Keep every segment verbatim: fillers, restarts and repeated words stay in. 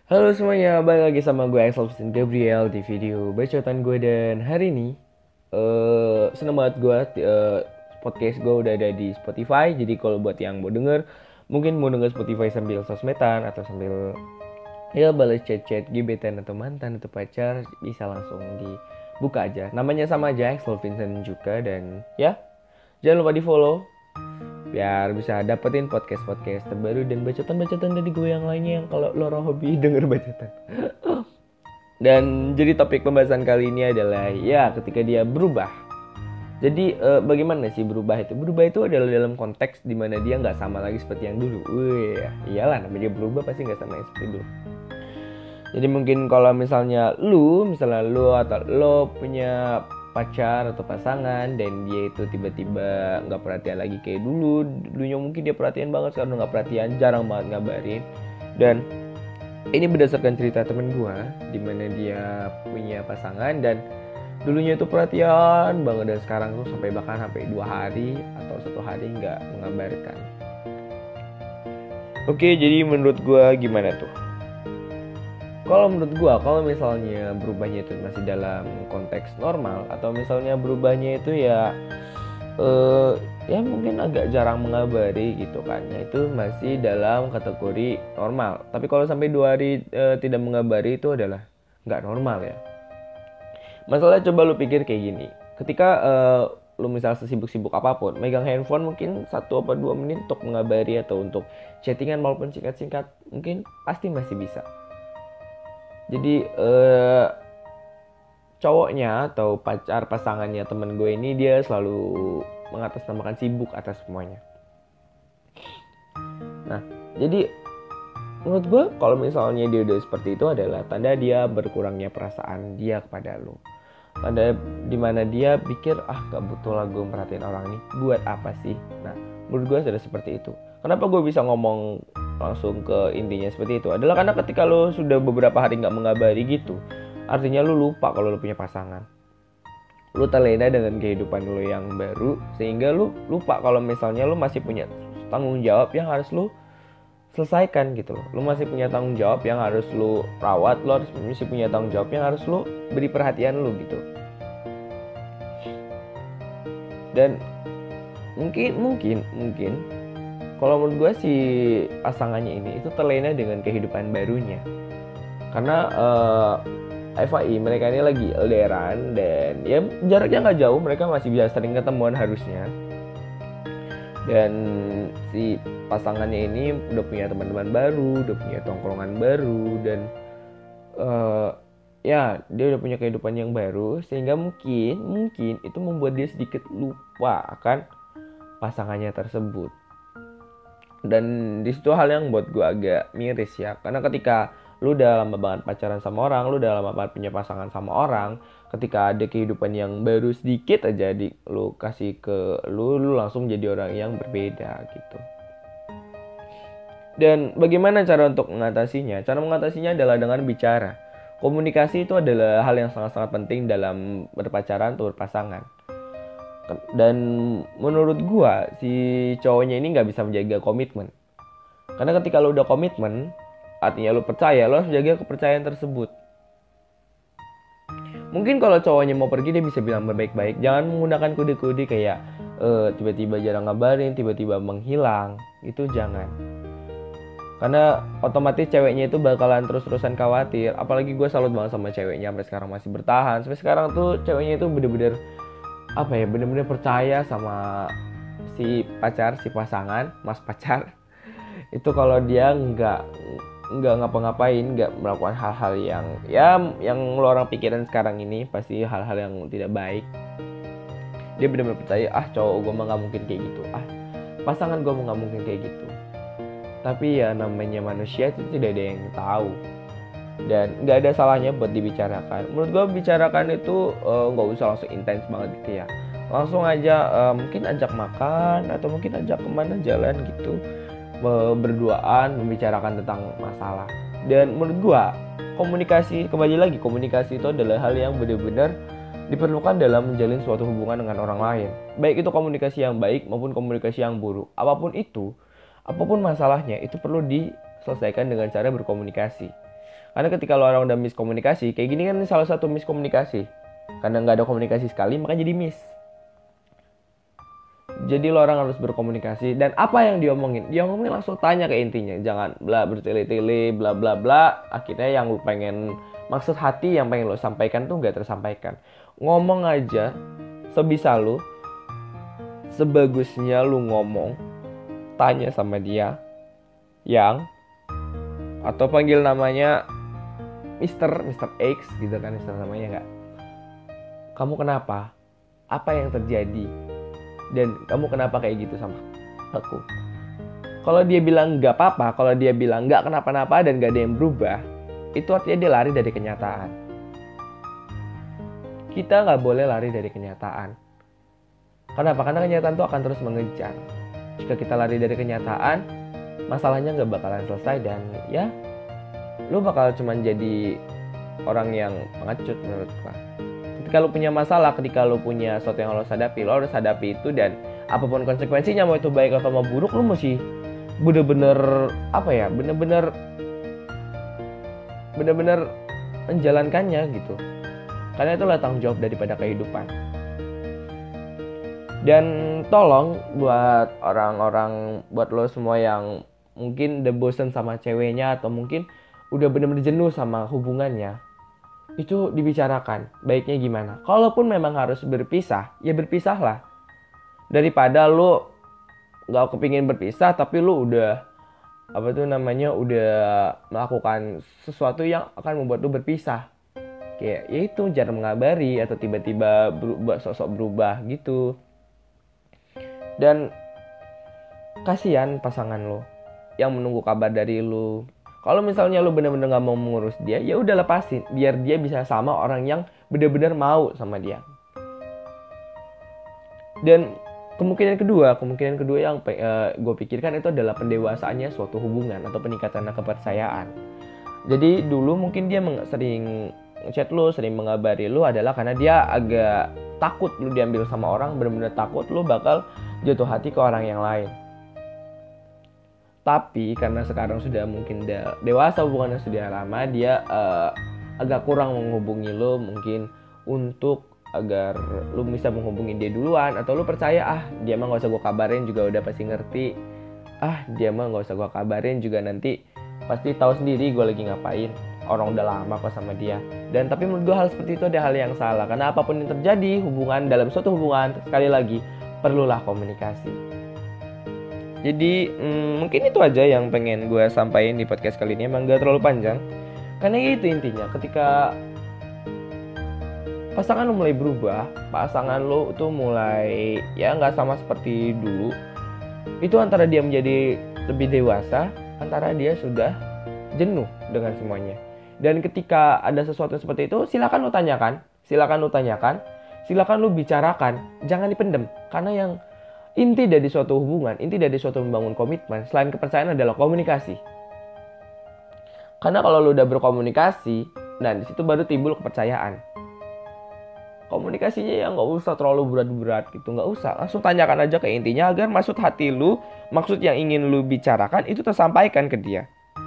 Halo semuanya, balik lagi sama gue Axel Vincent Gabriel di video bacotan gue. Dan hari ini uh, seneng banget gue uh, podcast gue udah ada di Spotify. Jadi kalau buat yang mau denger, mungkin mau denger Spotify sambil sosmedan atau sambil ya balas chat-chat gebetan atau mantan atau pacar, bisa langsung dibuka aja. Namanya sama aja, Axel Vincent juga. Dan ya, jangan lupa di follow biar bisa dapetin podcast-podcast terbaru dan bacotan-bacotan dari gue yang lainnya yang kalau lo hobi denger bacotan. Dan jadi topik pembahasan kali ini adalah ya ketika dia berubah. Jadi eh, bagaimana sih berubah itu? Berubah itu adalah dalam konteks dimana dia nggak sama lagi seperti yang dulu. Wih, iyalah namanya berubah pasti nggak sama yang seperti dulu. Jadi mungkin kalau misalnya lu, misalnya lu atau lo punya pacar atau pasangan dan dia itu tiba-tiba nggak perhatian lagi kayak dulu, dulunya mungkin dia perhatian banget, sekarang nggak perhatian, jarang banget ngabarin. Dan ini berdasarkan cerita temen gue, dimana dia punya pasangan dan dulunya itu perhatian banget dan sekarang tuh sampai bahkan sampai dua hari atau satu hari nggak mengabarkan. Oke, jadi menurut gue gimana tuh? Kalau menurut gua, kalau misalnya berubahnya itu masih dalam konteks normal atau misalnya berubahnya itu ya eh, ya mungkin agak jarang mengabari gitu kan, ya itu masih dalam kategori normal. Tapi kalau sampai dua hari eh, tidak mengabari itu adalah nggak normal ya. Masalahnya coba lu pikir kayak gini, ketika eh, lu misalnya sesibuk-sibuk apapun, megang handphone mungkin satu atau dua menit untuk mengabari atau untuk chattingan walaupun singkat-singkat, mungkin pasti masih bisa. Jadi eh, cowoknya atau pacar pasangannya temen gue ini dia selalu mengatasnamakan sibuk atas semuanya. Nah, jadi menurut gue kalau misalnya dia udah seperti itu adalah tanda dia berkurangnya perasaan dia kepada lo. Tanda dimana dia pikir ah gak butuh lah gue merhatiin orang ini, buat apa sih? Nah, menurut gue sudah seperti itu. Kenapa gue bisa ngomong langsung ke intinya seperti itu adalah karena ketika lo sudah beberapa hari nggak mengabari gitu, artinya lo lupa kalau lo punya pasangan. Lo terlena dengan kehidupan lo yang baru sehingga lo lupa kalau misalnya lo masih punya tanggung jawab yang harus lo selesaikan gitu loh. Lo masih punya tanggung jawab yang harus lo rawat, lo harus masih punya tanggung jawab yang harus lo beri perhatian lo gitu. Dan mungkin mungkin mungkin kalau menurut gue si pasangannya ini itu terlena dengan kehidupan barunya. Karena uh, F Y I mereka ini lagi L D R-an dan ya jaraknya nggak jauh, mereka masih bisa sering ketemuan harusnya. Dan si pasangannya ini udah punya teman-teman baru, udah punya tongkrongan baru dan uh, ya dia udah punya kehidupan yang baru sehingga mungkin mungkin itu membuat dia sedikit lupa akan pasangannya tersebut. Dan di situ hal yang buat gue agak miris ya, karena ketika lu udah lama banget pacaran sama orang, lu udah lama banget punya pasangan sama orang, ketika ada kehidupan yang baru sedikit aja di lu kasih ke lu, lu langsung jadi orang yang berbeda gitu. Dan bagaimana cara untuk mengatasinya? Cara mengatasinya adalah dengan bicara. Komunikasi itu adalah hal yang sangat-sangat penting dalam berpacaran atau berpasangan. Dan menurut gua si cowoknya ini nggak bisa menjaga komitmen, karena ketika lo udah komitmen artinya lo percaya, lo harus jaga kepercayaan tersebut. Mungkin kalau cowoknya mau pergi dia bisa bilang berbaik-baik, jangan menggunakan kode-kode kayak e, tiba-tiba jarang ngabarin, tiba-tiba menghilang, itu jangan. Karena otomatis ceweknya itu bakalan terus-terusan khawatir. Apalagi gue salut banget sama ceweknya sampai sekarang masih bertahan. Sampai sekarang tuh ceweknya itu bener-bener apa ya, bener-bener percaya sama si pacar, si pasangan, mas pacar. Itu kalau dia nggak nggak ngapa-ngapain, nggak melakukan hal-hal yang ya yang lo orang pikiran sekarang ini pasti hal-hal yang tidak baik, dia bener-bener percaya ah cowok gue mah nggak mungkin kayak gitu, ah pasangan gue mah nggak mungkin kayak gitu. Tapi ya namanya manusia itu tidak ada yang tahu dan nggak ada salahnya buat dibicarakan. Menurut gue bicarakan itu nggak uh, usah langsung intens banget gitu ya, langsung aja uh, mungkin ajak makan atau mungkin ajak kemana jalan gitu, uh, berduaan membicarakan tentang masalah. Dan menurut gue komunikasi, kembali lagi komunikasi itu adalah hal yang benar-benar diperlukan dalam menjalin suatu hubungan dengan orang lain, baik itu komunikasi yang baik maupun komunikasi yang buruk. Apapun itu, apapun masalahnya itu perlu diselesaikan dengan cara berkomunikasi. Karena ketika lo orang udah miskomunikasi, kayak gini kan salah satu miskomunikasi. Karena nggak ada komunikasi sekali, makanya jadi miss. Jadi lo orang harus berkomunikasi. Dan apa yang diomongin? Dia ngomongin langsung tanya ke intinya. Jangan bla bertele-tele, bla bla bla. Akhirnya yang lo pengen, maksud hati yang pengen lo sampaikan tuh nggak tersampaikan. Ngomong aja sebisa lo, sebagusnya lo ngomong. Tanya sama dia yang, atau panggil namanya Mister Mister X gitu kan, Mister namanya nggak. Kamu kenapa? Apa yang terjadi? Dan kamu kenapa kayak gitu sama aku? Kalau dia bilang nggak apa-apa, kalau dia bilang nggak kenapa-napa dan nggak ada yang berubah, itu artinya dia lari dari kenyataan. Kita nggak boleh lari dari kenyataan. Kenapa? Karena kenyataan itu akan terus mengejar. Jika kita lari dari kenyataan, masalahnya nggak bakalan selesai dan ya, lu bakal cuman jadi orang yang pengecut menurut gua. Ketika lu punya masalah, ketika lu punya sesuatu yang harus hadapi, lu harus hadapi itu, dan apapun konsekuensinya, mau itu baik atau mau buruk, lu mesti bener-bener apa ya, bener-bener bener-bener menjalankannya gitu. Karena itulah tanggung jawab daripada kehidupan. Dan tolong buat orang-orang, buat lo semua yang mungkin udah bosen sama ceweknya atau mungkin udah bener-bener jenuh sama hubungannya, itu dibicarakan baiknya gimana. Kalaupun memang harus berpisah, ya berpisahlah. Daripada lo gak kepingin berpisah tapi lo udah apa tuh namanya udah melakukan sesuatu yang akan membuat lo berpisah. Kayak ya itu, jarang mengabari atau tiba-tiba berubah, sosok berubah gitu. Dan kasihan pasangan lo yang menunggu kabar dari lo. Kalau misalnya lo benar-benar nggak mau mengurus dia, ya udah lepasin, biar dia bisa sama orang yang benar-benar mau sama dia. Dan kemungkinan kedua, kemungkinan kedua yang uh, gue pikirkan itu adalah pendewasaannya suatu hubungan atau peningkatan kepercayaan. Jadi dulu mungkin dia sering chat lo, sering mengabari lo adalah karena dia agak takut lo diambil sama orang, benar-benar takut lo bakal jatuh hati ke orang yang lain. Tapi karena sekarang sudah mungkin de- dewasa, hubungannya sudah lama, dia uh, agak kurang menghubungi lo mungkin untuk agar lo bisa menghubungi dia duluan, atau lo percaya ah dia mah gak usah gue kabarin juga udah pasti ngerti, ah dia mah gak usah gue kabarin juga nanti pasti tahu sendiri gue lagi ngapain, orang udah lama kok sama dia. Dan tapi menurut gue hal seperti itu ada hal yang salah, karena apapun yang terjadi hubungan, dalam suatu hubungan sekali lagi perlulah komunikasi. Jadi hmm, mungkin itu aja yang pengen gue sampaikan di podcast kali ini. Emang gak terlalu panjang, karena itu intinya ketika pasangan lo mulai berubah, pasangan lo tuh mulai ya gak sama seperti dulu, itu antara dia menjadi lebih dewasa, antara dia sudah jenuh dengan semuanya. Dan ketika ada sesuatu seperti itu, silakan lo tanyakan, silakan lo tanyakan, silakan lo bicarakan, jangan dipendem. Karena yang inti dari suatu hubungan, inti dari suatu membangun komitmen, selain kepercayaan adalah komunikasi. Karena kalau lo udah berkomunikasi, nah di situ baru timbul kepercayaan. Komunikasinya ya nggak usah terlalu berat-berat gitu, nggak usah, langsung tanyakan aja ke intinya agar maksud hati lu, maksud yang ingin lu bicarakan itu tersampaikan ke dia.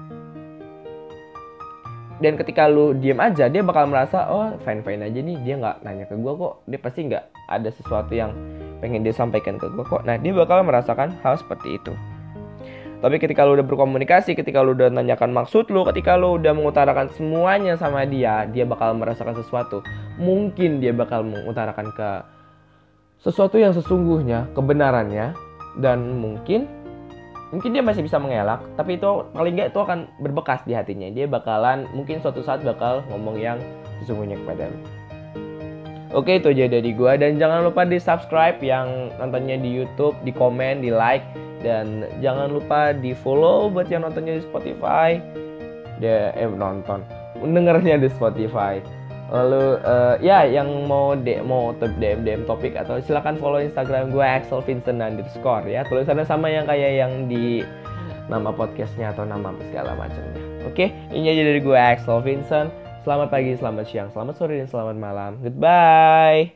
Dan ketika lu diem aja, dia bakal merasa oh fine-fine aja nih, dia nggak nanya ke gue kok, dia pasti nggak ada sesuatu yang pengen dia sampaikan ke gue kok. Nah dia bakal merasakan hal seperti itu. Tapi ketika lu udah berkomunikasi, ketika lu udah nanyakan maksud lu, ketika lu udah mengutarakan semuanya sama dia, dia bakal merasakan sesuatu. Mungkin dia bakal mengutarakan ke sesuatu yang sesungguhnya, kebenarannya, dan mungkin mungkin dia masih bisa mengelak, tapi itu paling nggak itu akan berbekas di hatinya. Dia bakalan mungkin suatu saat bakal ngomong yang sesungguhnya kepada lu. Oke, itu aja dari gua, dan jangan lupa di subscribe yang nontonnya di YouTube, di komen, di like, dan jangan lupa di follow buat yang nontonnya di Spotify. Dia eh nonton, mendengarnya di Spotify. Lalu uh, ya yang mau D mau D M D M topik atau silakan follow Instagram gue Axel Vincent underscore ya. Tulisannya sama yang kayak yang di nama podcastnya atau nama segala macamnya. Oke, ini aja dari gue Axel Vincent. Selamat pagi, selamat siang, selamat sore, dan selamat malam. Goodbye.